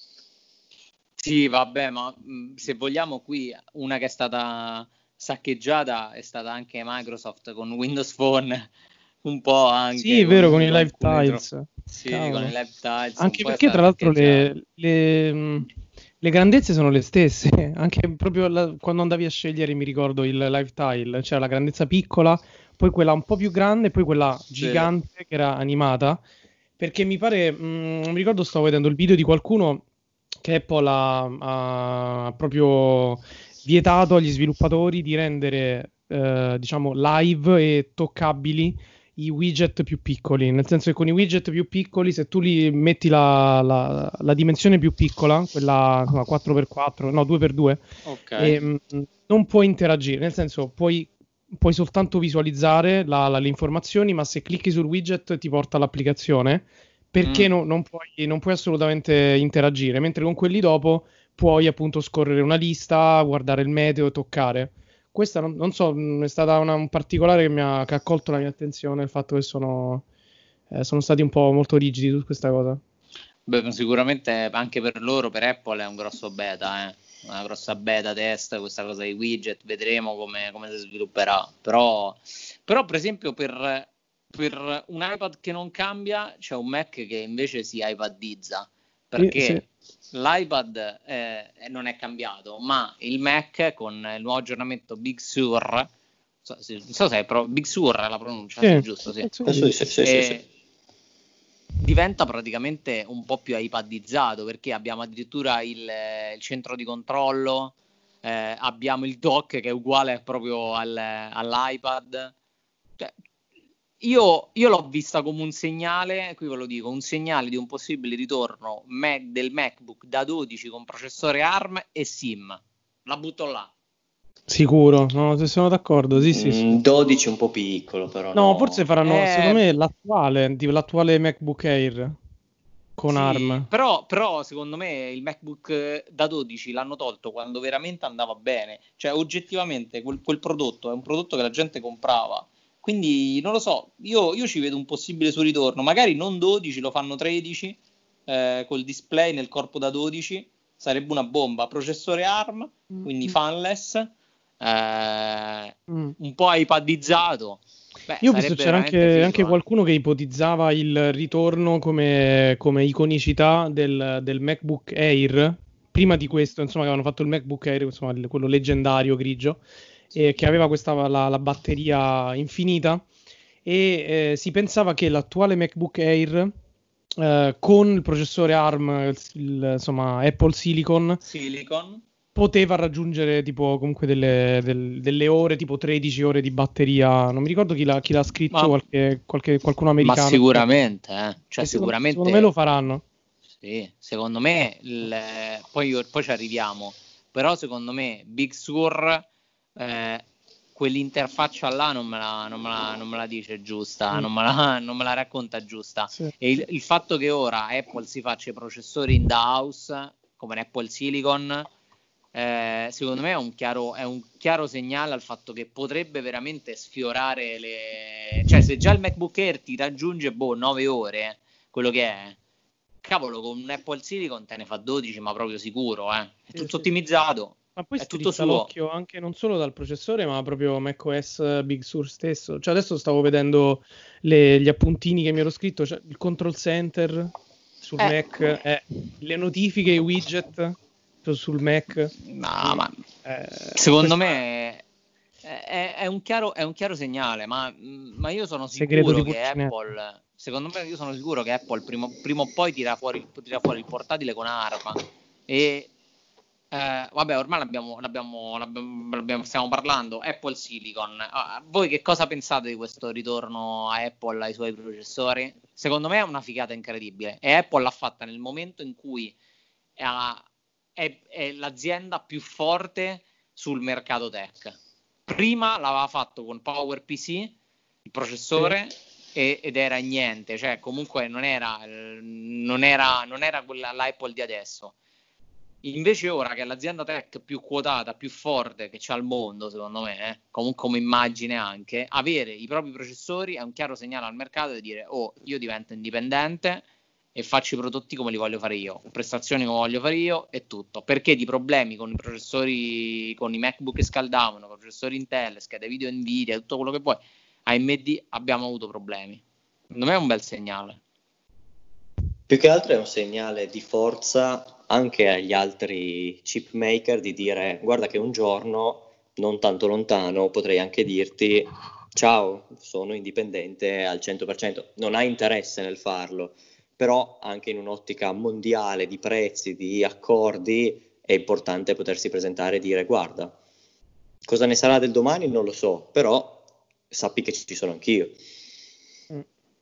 Sì, vabbè, ma mh, se vogliamo qui una che è stata saccheggiata è stata anche Microsoft con Windows Phone, un po' anche. Sì, è vero, con, con i live tiles. Tro- sì, Cavolo. con i live tiles. Anche perché tra l'altro le, le, le grandezze sono le stesse, anche proprio la, quando andavi a scegliere, mi ricordo il live tile, c'era la grandezza piccola, poi quella un po' più grande e poi quella gigante sì. che era animata, perché mi pare, mh, mi ricordo, stavo vedendo il video di qualcuno che Apple ha, ha proprio vietato agli sviluppatori di rendere eh, diciamo live e toccabili i widget più piccoli, nel senso che con i widget più piccoli, se tu li metti la, la, la dimensione più piccola, quella no, quattro per quattro, no due per due, okay. e, mh, non puoi interagire, nel senso puoi, puoi soltanto visualizzare la, la, le informazioni, ma se clicchi sul widget ti porta all'applicazione, perché mm. no, non, puoi, non puoi assolutamente interagire, mentre con quelli dopo puoi appunto scorrere una lista, guardare il meteo e toccare. Questa non, non so, è stata una, un particolare che mi ha, che ha colto la mia attenzione, il fatto che sono, eh, sono stati un po' molto rigidi su questa cosa. Beh, sicuramente anche per loro, per Apple è un grosso beta, eh. una grossa beta test, questa cosa dei widget, vedremo come, come si svilupperà. Però, però per esempio per, per un iPad che non cambia c'è un Mac che invece si iPadizza, perché sì, sì. l'iPad eh, non è cambiato, ma il Mac con il nuovo aggiornamento Big Sur, non so, non so se è pro, Big Sur è la pronuncia, sì. sì, giusto? Sì. Sì, sì, sì, sì, e, sì. diventa praticamente un po' più iPadizzato, perché abbiamo addirittura il, il centro di controllo, eh, abbiamo il dock che è uguale proprio al, all'iPad. Cioè, Io, io l'ho vista come un segnale, qui ve lo dico, un segnale di un possibile ritorno Mac, del MacBook da dodici con processore ARM e SIM. La butto là. Sicuro, no, se sono d'accordo, sì, sì, sì. Mm, dodici un po' piccolo, però. No, no. forse faranno, Eh, secondo me, l'attuale, l'attuale MacBook Air con sì, ARM. Però, però, secondo me, il MacBook da dodici l'hanno tolto quando veramente andava bene. Cioè, oggettivamente, quel, quel prodotto è un prodotto che la gente comprava. Quindi non lo so, io, io ci vedo un possibile suo ritorno, magari non dodici, lo fanno tredici, eh, col display nel corpo da dodici, sarebbe una bomba, processore ARM, quindi fanless, eh, Mm. un po' iPadizzato. Beh, Io ho visto sarebbe c'era veramente anche, figo, anche eh. qualcuno che ipotizzava il ritorno come, come iconicità del, del MacBook Air. Prima di questo, insomma, che avevano fatto il MacBook Air, insomma, il- quello leggendario grigio, e che aveva questa, la, la batteria infinita. E eh, si pensava che l'attuale MacBook Air, eh, con il processore ARM, il- il- insomma, Apple Silicon, Silicon. poteva raggiungere tipo comunque delle, del- delle ore, tipo tredici ore di batteria. Non mi ricordo chi l'ha, chi l'ha scritto, Ma, qualche, qualche- qualcuno ma americano. sicuramente, eh. Cioè E secondo, secondo me sicuramente, lo faranno. sì, secondo me, il- poi, poi ci arriviamo, però secondo me Big Sur, eh, quell'interfaccia là non me la, non me la- non me la dice giusta, Mm, non me la, non me la racconta giusta. sì. E il, il fatto che ora Apple si faccia i processori in the house, come l'Apple Silicon, eh, secondo me è un, chiaro, è un chiaro segnale al fatto che potrebbe veramente sfiorare le... Cioè, se già il MacBook Air ti raggiunge, boh, nove ore, quello che è, cavolo, con un Apple Silicon te ne fa dodici, ma proprio sicuro, eh. È Sì, tutto sì. ottimizzato, Ma poi è tutto strizza suo. l'occhio anche non solo dal processore, ma proprio macOS Big Sur stesso. Cioè, adesso stavo vedendo le- gli appuntini che mi ero scritto, cioè il control center sul Eh, Mac, eh, le notifiche, i widget su- sul Mac. no, ma Eh, secondo questo è me è, è- è un chiaro, è un chiaro segnale, ma, ma io sono il segreto di sicuro che Pulcinella. Apple, secondo me io sono sicuro che Apple prima, prima o poi tira fuori, tira fuori il portatile con ARM e eh, vabbè, ormai l'abbiamo, l'abbiamo, l'abbiamo- l'abbiamo- stiamo parlando, Apple Silicon. Ah, voi che cosa pensate di questo ritorno a Apple ai suoi processori? Secondo me è una figata incredibile e Apple l'ha fatta nel momento in cui ha- è, è l'azienda più forte sul mercato tech. Prima l'aveva fatto con PowerPC, il Sì. processore, e- ed era niente, cioè comunque non era, eh, non era, non era quella, l'Apple di adesso. Invece ora che è l'azienda tech più quotata, più forte che c'è al mondo, secondo me, eh, comunque come immagine anche, avere i propri processori è un chiaro segnale al mercato di dire, oh, io divento indipendente e faccio i prodotti come li voglio fare io, prestazioni come voglio fare io e tutto. Perché di problemi con i processori, con i MacBook che scaldavano, con i processori Intel, schede video Nvidia, tutto quello che vuoi, A M D abbiamo avuto problemi. Secondo me è un bel segnale. Più che altro è un segnale di forza anche agli altri chip maker di dire guarda che un giorno, non tanto lontano, potrei anche dirti ciao, sono indipendente al cento per cento. Non hai interesse nel farlo, però anche in un'ottica mondiale di prezzi, di accordi, è importante potersi presentare e dire guarda, cosa ne sarà del domani non lo so, però sappi che ci sono anch'io. Mm.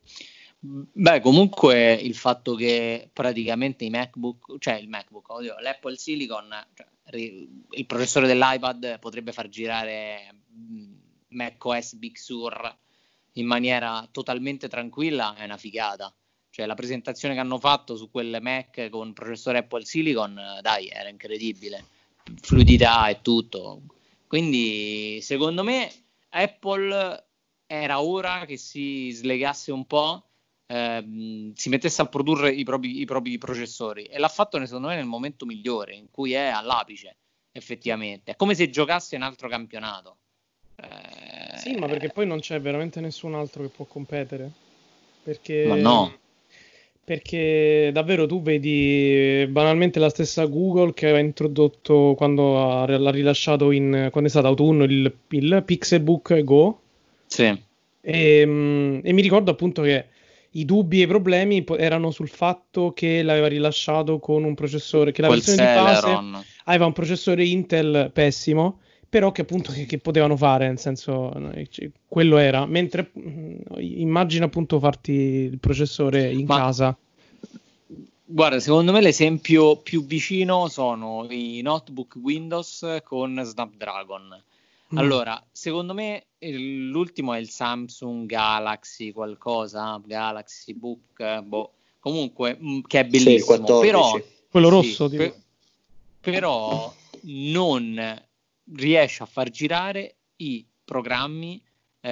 Beh, comunque il fatto che praticamente i MacBook, cioè il MacBook, oddio, l'Apple Silicon, cioè, ri- il processore dell'iPad potrebbe far girare mh, macOS Big Sur in maniera totalmente tranquilla, è una figata. Cioè la presentazione che hanno fatto su quel Mac con processore Apple Silicon, eh, dai, era incredibile. Fluidità e tutto. Quindi, secondo me, Apple era ora che si slegasse un po', ehm, si mettesse a produrre i propri, i propri processori e l'ha fatto secondo me nel momento migliore in cui è all'apice effettivamente, è come se giocasse in altro campionato. Sì, ma perché Eh, poi non c'è veramente nessun altro che può competere. ma Perché, no, perché davvero tu vedi banalmente la stessa Google che aveva introdotto quando ha, l'ha rilasciato in, quando è stato autunno il, il Pixelbook Go. sì, E, mm, e mi ricordo appunto che i dubbi e i problemi po- erano sul fatto che l'aveva rilasciato con un processore, che la quel versione di base Celeron. aveva un processore Intel pessimo, però che appunto che, che potevano fare, nel senso eh, c- quello era, mentre mm, immagina appunto farti il processore in Ma casa. guarda, secondo me l'esempio più vicino sono i notebook Windows con Snapdragon. Mm. Allora, secondo me il- l'ultimo è il Samsung Galaxy qualcosa, Galaxy Book, boh, comunque mh, che è Sì, il bellissimo, però quattordici. Quello sì, rosso, tipo. pe- però non riesce a far girare i programmi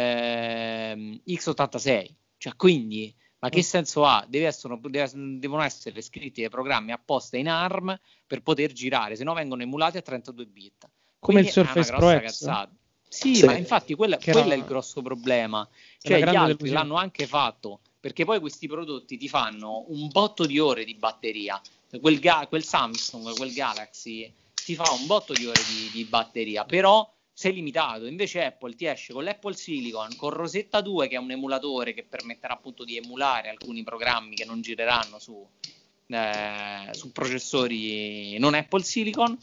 ehm, x ottantasei. Cioè, quindi, ma che Mm. senso ha? Deve essere, deve- devono essere scritti dei programmi apposta in ARM per poter girare, se no vengono emulati a trentadue bit. come Quindi il Surface è una Pro grossa X. cazzata. Sì, Sì. ma infatti quella, Che quello era- è il grosso problema. è una Cioè, gli grande altri delusione. l'hanno anche fatto, perché poi questi prodotti ti fanno un botto di ore di batteria. Quel, ga- quel Samsung, quel Galaxy ti fa un botto di ore di, di batteria, però sei limitato. Invece Apple ti esce con l'Apple Silicon, con Rosetta due, che è un emulatore che permetterà appunto di emulare alcuni programmi che non gireranno su, eh, su processori non Apple Silicon.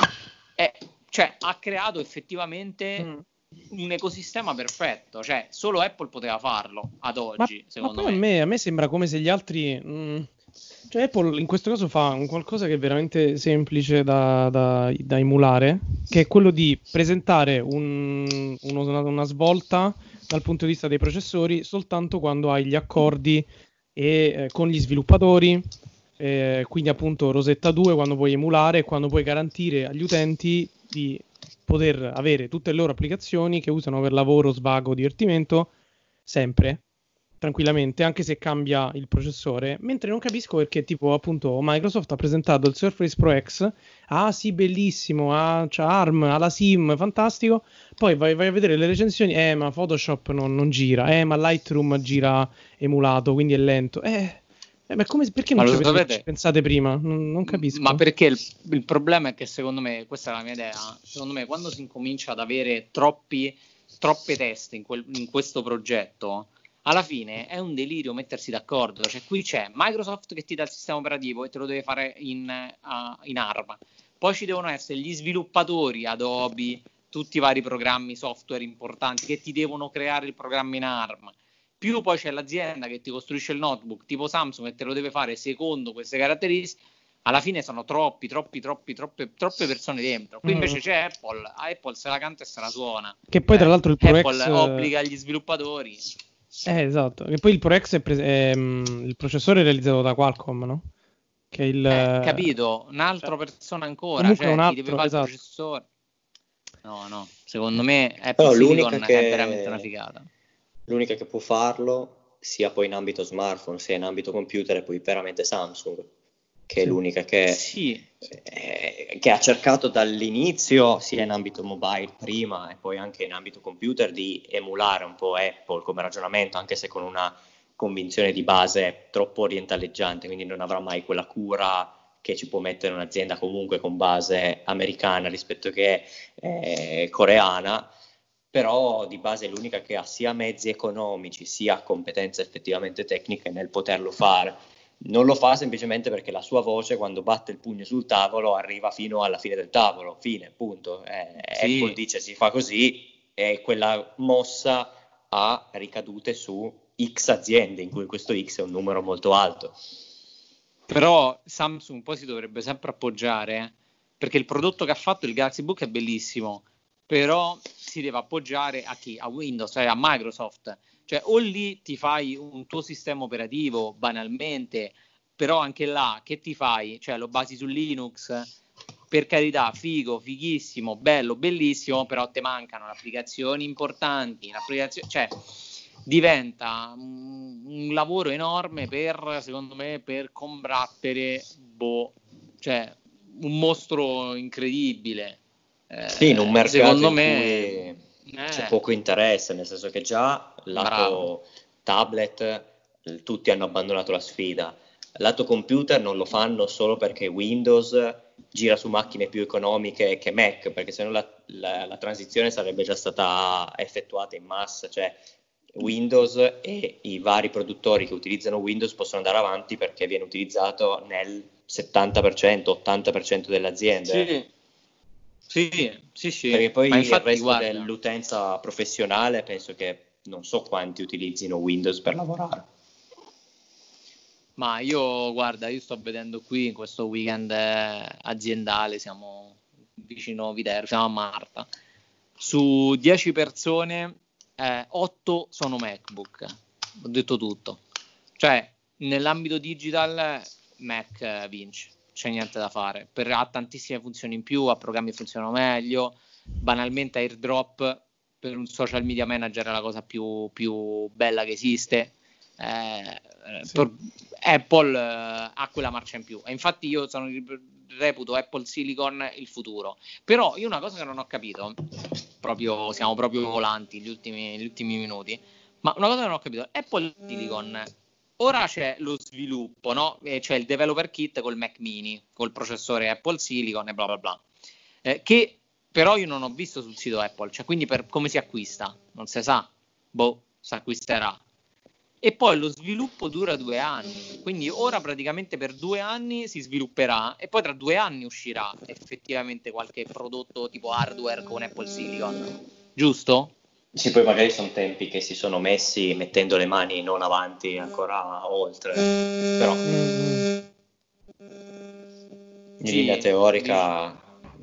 E, cioè, ha creato effettivamente Mm. un ecosistema perfetto. Cioè, solo Apple poteva farlo ad Ma, oggi, ma secondo poi a me. me, a me sembra come se gli altri... mm, cioè Apple in questo caso fa un qualcosa che è veramente semplice da, da- da emulare, che è quello di presentare un- uno- una, una svolta dal punto di vista dei processori soltanto quando hai gli accordi e eh, con gli sviluppatori, eh, quindi appunto Rosetta due, quando puoi emulare e quando puoi garantire agli utenti di poter avere tutte le loro applicazioni che usano per lavoro, svago, divertimento, sempre, tranquillamente, anche se cambia il processore. Mentre non capisco perché, tipo, appunto, Microsoft ha presentato il Surface Pro X, ah sì, bellissimo, ah, c'ha ARM, ha la SIM, fantastico, poi vai, vai a vedere le recensioni, eh, ma Photoshop non, non gira, eh, ma Lightroom gira emulato, quindi è lento, eh... eh, ma come, perché Ma non lo ci, avete- ci sapete? pensate prima? Non, non Ma capisco. perché il, il problema è che secondo me, questa è la mia idea, secondo me quando si incomincia ad avere troppi, troppe teste in, quel- in questo progetto, alla fine è un delirio mettersi d'accordo. Cioè qui c'è Microsoft che ti dà il sistema operativo e te lo deve fare in, uh, in ARM. Poi ci devono essere gli sviluppatori, Adobe, tutti i vari programmi software importanti che ti devono creare il programma in ARM. Più poi c'è l'azienda che ti costruisce il notebook tipo Samsung e te lo deve fare secondo queste caratteristiche. Alla fine sono troppi, troppi, troppi, troppe, troppe persone dentro. Qui Mm. invece c'è Apple, a Apple se la canta e se la suona. Che poi, tra Eh, l'altro, il Pro Apple X... obbliga gli sviluppatori. Eh, esatto. Che poi il Pro X è, pre- è, mm, il processore è realizzato da Qualcomm, no? Che è il... Eh, eh, capito? Un'altra cioè, persona ancora, comunque è un cioè ti deve altro, fare il esatto. processore. No, no, secondo me Apple Però l'unica Silicon è veramente una che, figata. l'unica che può farlo, sia poi in ambito smartphone, sia in ambito computer, è poi veramente Samsung, che è Sì. l'unica che, Sì, eh, che ha cercato dall'inizio, sia in ambito mobile prima e poi anche in ambito computer, di emulare un po' Apple come ragionamento, anche se con una convinzione di base troppo orientaleggiante, quindi non avrà mai quella cura che ci può mettere un'azienda comunque con base americana rispetto che eh, coreana, però di base è l'unica che ha sia mezzi economici sia competenze effettivamente tecniche nel poterlo fare. Non lo fa semplicemente perché la sua voce, quando batte il pugno sul tavolo, arriva fino alla fine del tavolo, fine, punto. Eh, sì. Apple dice si fa così e quella mossa ha ricadute su X aziende, in cui questo X è un numero molto alto. Però Samsung poi si dovrebbe sempre appoggiare, perché il prodotto che ha fatto il Galaxy Book è bellissimo, però si deve appoggiare a chi? A Windows, cioè a Microsoft. Cioè o lì ti fai un tuo sistema operativo banalmente, però anche là che ti fai? Cioè lo basi su Linux, per carità, figo, fighissimo, bello, bellissimo, però te mancano le applicazioni importanti, l'applicazione, cioè diventa un, un lavoro enorme per, secondo me, per combattere boh, cioè un mostro incredibile. Eh, Sì, in un mercato secondo in me cui eh, c'è poco interesse, nel senso che già bravo. lato tablet eh, tutti hanno abbandonato la sfida. Lato computer non lo fanno solo perché Windows gira su macchine più economiche che Mac, perché sennò la, la, la transizione sarebbe già stata effettuata in massa, cioè Windows e i vari produttori che utilizzano Windows possono andare avanti perché viene utilizzato nel settanta per cento, ottanta per cento delle aziende. Sì, sì, sì, sì. Perché poi Ma il infatti, resto guarda, dell'utenza professionale penso che non so quanti utilizzino Windows per lavorare. ma io, guarda, io sto vedendo qui in questo weekend eh, aziendale, siamo vicino Viterbo, siamo a Marta. Su dieci persone, eh, otto sono MacBook. Ho detto tutto. Cioè, nell'ambito digital, Mac eh, vince, c'è niente da fare. Per, ha tantissime funzioni in più, ha programmi che funzionano meglio. Banalmente, AirDrop per un social media manager è la cosa più, più bella che esiste. eh, Sì. per- Apple eh, ha quella marcia in più, e infatti io sono, reputo Apple Silicon il futuro. Però io una cosa che non ho capito, proprio siamo proprio volanti gli ultimi, gli ultimi minuti, ma una cosa che non ho capito, Apple Silicon, ora c'è lo sviluppo, no? E c'è il developer kit col Mac mini, col processore Apple Silicon e bla bla bla, eh, che però io non ho visto sul sito Apple, cioè quindi per come si acquista, non si sa, boh, si acquisterà. E poi lo sviluppo dura due anni, quindi ora praticamente per due anni si svilupperà e poi tra due anni uscirà effettivamente qualche prodotto tipo hardware con Apple Silicon, giusto? Sì, poi magari sono tempi che si sono messi mettendo le mani non avanti, ancora oltre, però Mm, in Sì, linea dici- teorica,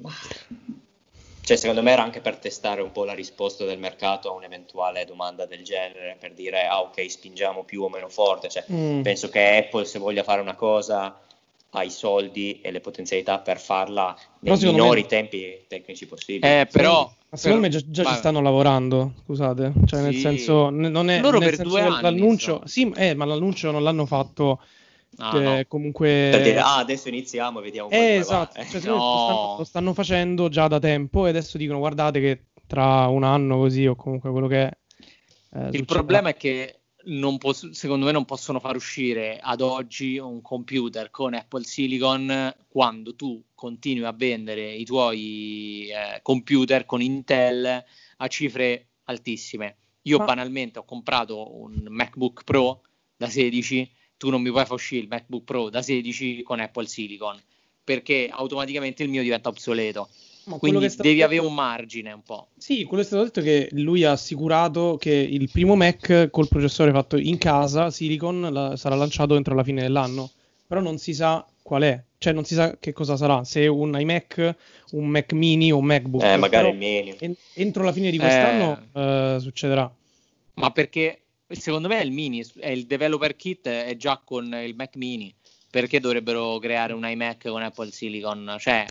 cioè secondo me era anche per testare un po' la risposta del mercato a un'eventuale domanda del genere, per dire ah ok, spingiamo più o meno forte, cioè mm. penso che Apple, se voglia fare una cosa, ha i soldi e le potenzialità per farla Però nei secondo minori me, tempi tecnici possibili. eh, secondo, però, ma secondo per- me già, già ci vai, stanno lavorando, scusate, cioè nel sì, senso, n- non è, loro nel per senso due che anni l'annuncio, sto. sì, eh, ma l'annuncio non l'hanno fatto Ah eh, no, Per dire comunque. ah adesso iniziamo e vediamo poi Eh, come va. esatto, cioè, secondo me lo stanno, lo no, stanno facendo già da tempo e adesso dicono guardate che tra un anno così o comunque quello che è, eh, il succederà. problema è che non poss- secondo me non possono far uscire ad oggi un computer con Apple Silicon quando tu continui a vendere i tuoi eh, computer con Intel a cifre altissime. Io Ma banalmente ho comprato un MacBook Pro da sedici, tu non mi puoi far uscire il MacBook Pro da sedici con Apple Silicon, perché automaticamente il mio diventa obsoleto. Ma quello che è Quindi stato devi avere detto, un margine un po'. sì, quello è stato detto è che lui ha assicurato che il primo Mac col processore fatto in casa, Silicon, la- sarà lanciato entro la fine dell'anno, però non si sa qual è, cioè non si sa che cosa sarà, se un iMac, un Mac mini o un Eh, MacBook, magari però il menu. en- entro la fine di Eh, quest'anno eh, succederà. Ma perché secondo me è il mini, è il developer kit è già con il Mac mini. Perché dovrebbero creare un iMac con Apple Silicon? Cioè,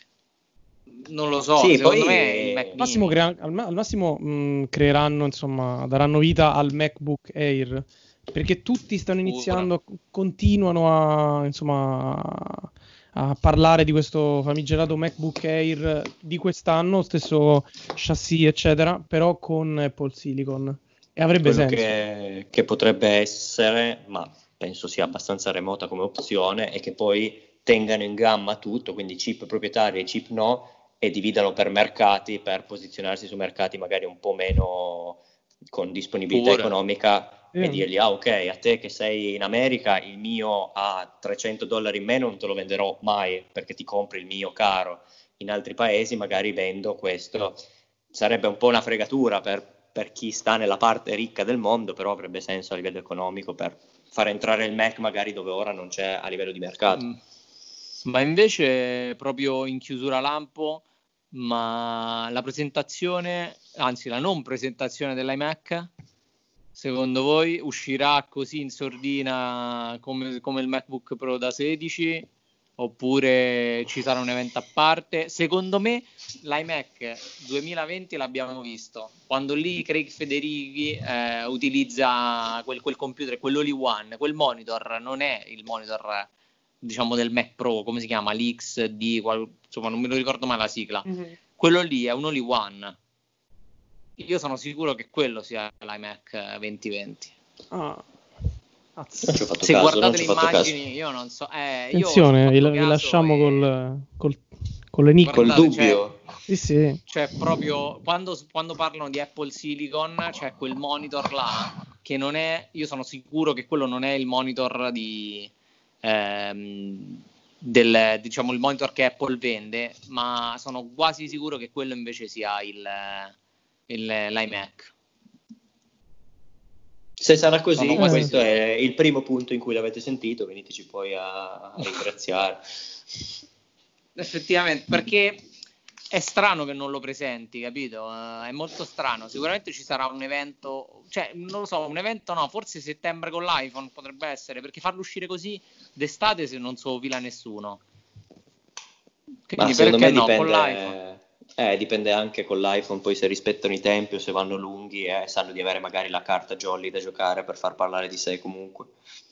non lo so, Sì, secondo me è il poi Mac Al massimo, mini. crea- al, ma- al massimo, mh, creeranno, insomma, daranno vita al MacBook Air, perché tutti stanno Pure. iniziando, continuano a, insomma, a, a parlare di questo famigerato MacBook Air di quest'anno, stesso chassis, eccetera, però con Apple Silicon. E avrebbe quello senso. che, che potrebbe essere, ma penso sia abbastanza remota come opzione, è che poi tengano in gamma tutto, quindi chip proprietari e chip no, e dividano per mercati per posizionarsi su mercati magari un po' meno con disponibilità Pure. economica e Sì. dirgli ah ok, a te che sei in America il mio a trecento dollari in meno non te lo venderò mai perché ti compri il mio caro, in altri paesi magari vendo questo, sarebbe un po' una fregatura per, per chi sta nella parte ricca del mondo, però avrebbe senso a livello economico per far entrare il Mac magari dove ora non c'è a livello di mercato. Mm. Ma invece, proprio in chiusura lampo, ma la presentazione, anzi la non presentazione dell'iMac, secondo voi uscirà così in sordina come, come il MacBook Pro da sedici? Oppure ci sarà un evento a parte? Secondo me l'iMac duemilaventi l'abbiamo visto, quando lì Craig Federighi eh, utilizza quel, quel computer, quell'All One, quel monitor non è il monitor diciamo del Mac Pro, come si chiama? L'X D, qual- insomma non me lo ricordo mai la sigla. Mhm. Quello lì è un All One. Io sono sicuro che quello sia l'iMac duemilaventi. Ah, Non ci ho azz. fatto Se caso, non guardate ci le ho fatto caso. immagini, io non so, eh, io ci ho Attenzione, vi, fatto vi caso lasciamo e col, col, con l'enigma. Col guardate, c'è, dubbio. Sì, sì. c'è proprio quando, quando parlano di Apple Silicon, c'è quel monitor là che non è, io sono sicuro che quello non è il monitor di ehm, del, diciamo il monitor che Apple vende, ma sono quasi sicuro che quello invece sia il, il l'iMac. Se sarà Sono così, quasi Eh, questo sicuro. è il primo punto in cui l'avete sentito, veniteci poi a, a ringraziare. Effettivamente, perché è strano che non lo presenti, capito? Eh, è molto strano. Sicuramente ci sarà un evento, cioè, non lo so, un evento no, forse settembre con l'iPhone potrebbe essere, perché farlo uscire così d'estate se non so fila nessuno. Ma Quindi secondo perché me no, con l'iPhone. dipende, Eh, dipende anche con l'iPhone, poi se rispettano i tempi o se vanno lunghi e eh, sanno di avere magari la carta jolly da giocare per far parlare di sé comunque.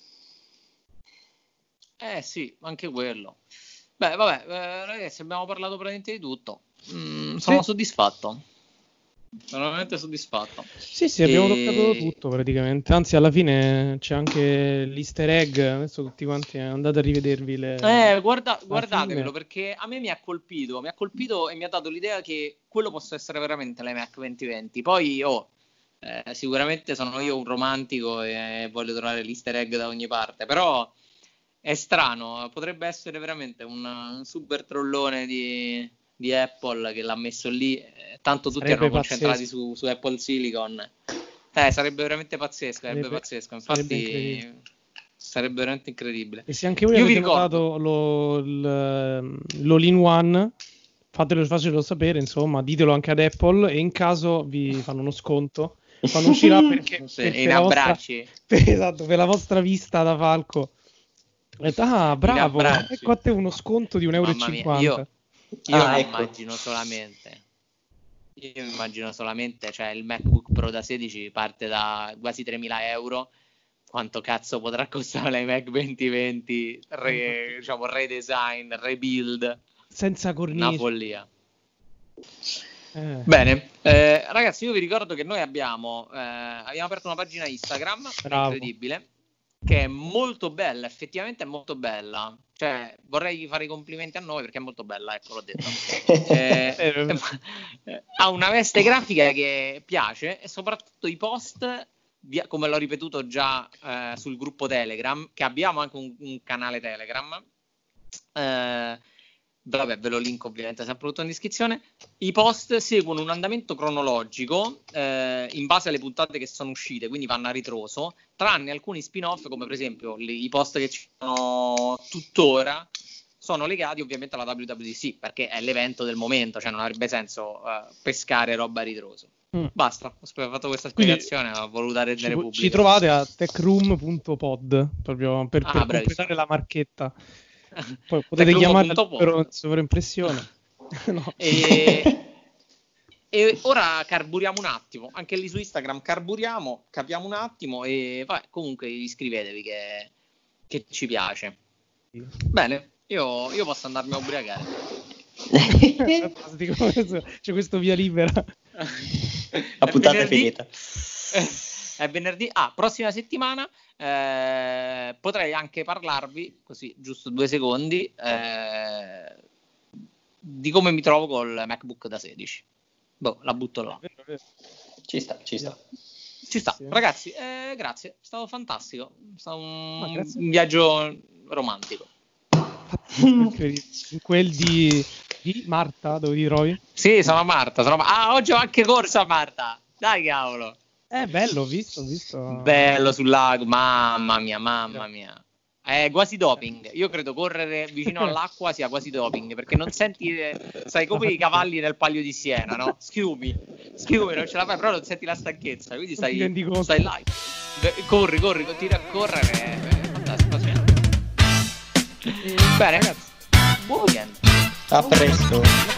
Eh sì, anche quello. Beh, vabbè, eh, ragazzi, abbiamo parlato praticamente di tutto. Mm, sono Sì. soddisfatto. Sono veramente soddisfatto. Sì, sì, abbiamo E- toccato tutto praticamente. Anzi, alla fine c'è anche l'easter egg. Adesso tutti quanti andate a rivedervi le... Eh, guarda, alla guardatevelo fine. perché a me mi ha colpito, mi ha colpito e mi ha dato l'idea che quello possa essere veramente l'iMac duemilaventi. Poi, oh, eh, sicuramente sono io un romantico e voglio trovare l'easter egg da ogni parte, però è strano, potrebbe essere veramente un, un super trollone di, di Apple che l'ha messo lì, eh, tanto tutti Sarebbe erano concentrati pazzesco. su, su Apple Silicon. Eh, sarebbe veramente pazzesco, sarebbe, Sarebbe- pazzesco, sarebbe infatti incredibile. sarebbe veramente incredibile. E se anche voi Io vi avete ricordo- notato lo, il- l'all-in-one, fatelo, facelo sapere, insomma, ditelo anche ad Apple e in caso vi fanno uno sconto quando uscirà perché, Sì, per, in per la vostra, abbracci. per- esatto, per la vostra vista da Falco. Ho detto, ah, bravo, abbracci. ecco a te uno sconto di un euro e Mamma mia, cinquanta. io, io Ah, mi ecco. immagino solamente io mi immagino solamente, cioè il MacBook Pro da sedici parte da quasi tremila euro. Quanto cazzo potrà costare l'iMac duemilaventi? Re, diciamo redesign, rebuild, Senza una cornice. follia. Eh, Bene, eh, ragazzi, io vi ricordo che noi abbiamo, eh, abbiamo aperto una pagina Instagram, Bravo. incredibile, che è molto bella, effettivamente è molto bella. Cioè, vorrei fare i complimenti a noi perché è molto bella, ecco, l'ho detto. Eh, Vero, vero. eh, ha una veste grafica che piace e soprattutto i post, via- come l'ho ripetuto già eh, sul gruppo Telegram, che abbiamo anche un, un canale Telegram. Eh, vabbè, ve lo linko ovviamente sempre tutto in descrizione. I post seguono un andamento cronologico eh, in base alle puntate che sono uscite, quindi vanno a ritroso, tranne alcuni spin-off come per esempio li- i post che ci sono tuttora sono legati ovviamente alla W W D C perché è l'evento del momento, cioè non avrebbe senso eh, pescare roba a ritroso. Mm. Basta, ho sp- fatto questa Quindi spiegazione, ho voluto rendere Ci, pubblico. ci trovate a techroom punto pod proprio per, Ah, per bravissimo. completare la marchetta. Poi potete Techroom chiamare punto al pod. numero in sovraimpressione. No. E... E ora carburiamo un attimo, anche lì su Instagram carburiamo, capiamo un attimo e vabbè, comunque iscrivetevi che, che ci piace. Bene, io, io posso andarmi a ubriacare. Fantastico, questo- c'è questo via libera. La puntata è venerdì- finita. È venerdì, ah, prossima settimana eh, potrei anche parlarvi, così giusto due secondi, eh, di come mi trovo col MacBook da sedici. Boh, la butto là. Ci sta, ci sta. Ci sta, Sì. ragazzi, eh, grazie, è stato fantastico, è stato Ma un, grazie. un viaggio romantico. Incredibile. Quel di, di Marta, dove ti trovi? Sì, sono Marta, sono... Ah, oggi ho anche corso a Marta, dai cavolo. Eh, bello, ho visto, ho visto. Bello sul lago, mamma mia, mamma mia. È quasi doping. Io credo correre vicino all'acqua sia quasi doping, perché non senti, eh, sai come i cavalli nel Palio di Siena, no? Schiumi, schiumi, non ce la fai, però non senti la stanchezza, quindi Non ti stai, rendi conto. stai là. Beh, Corri, corri, continui a correre, è fantastico. Bene, ragazzi, buon weekend. A presto.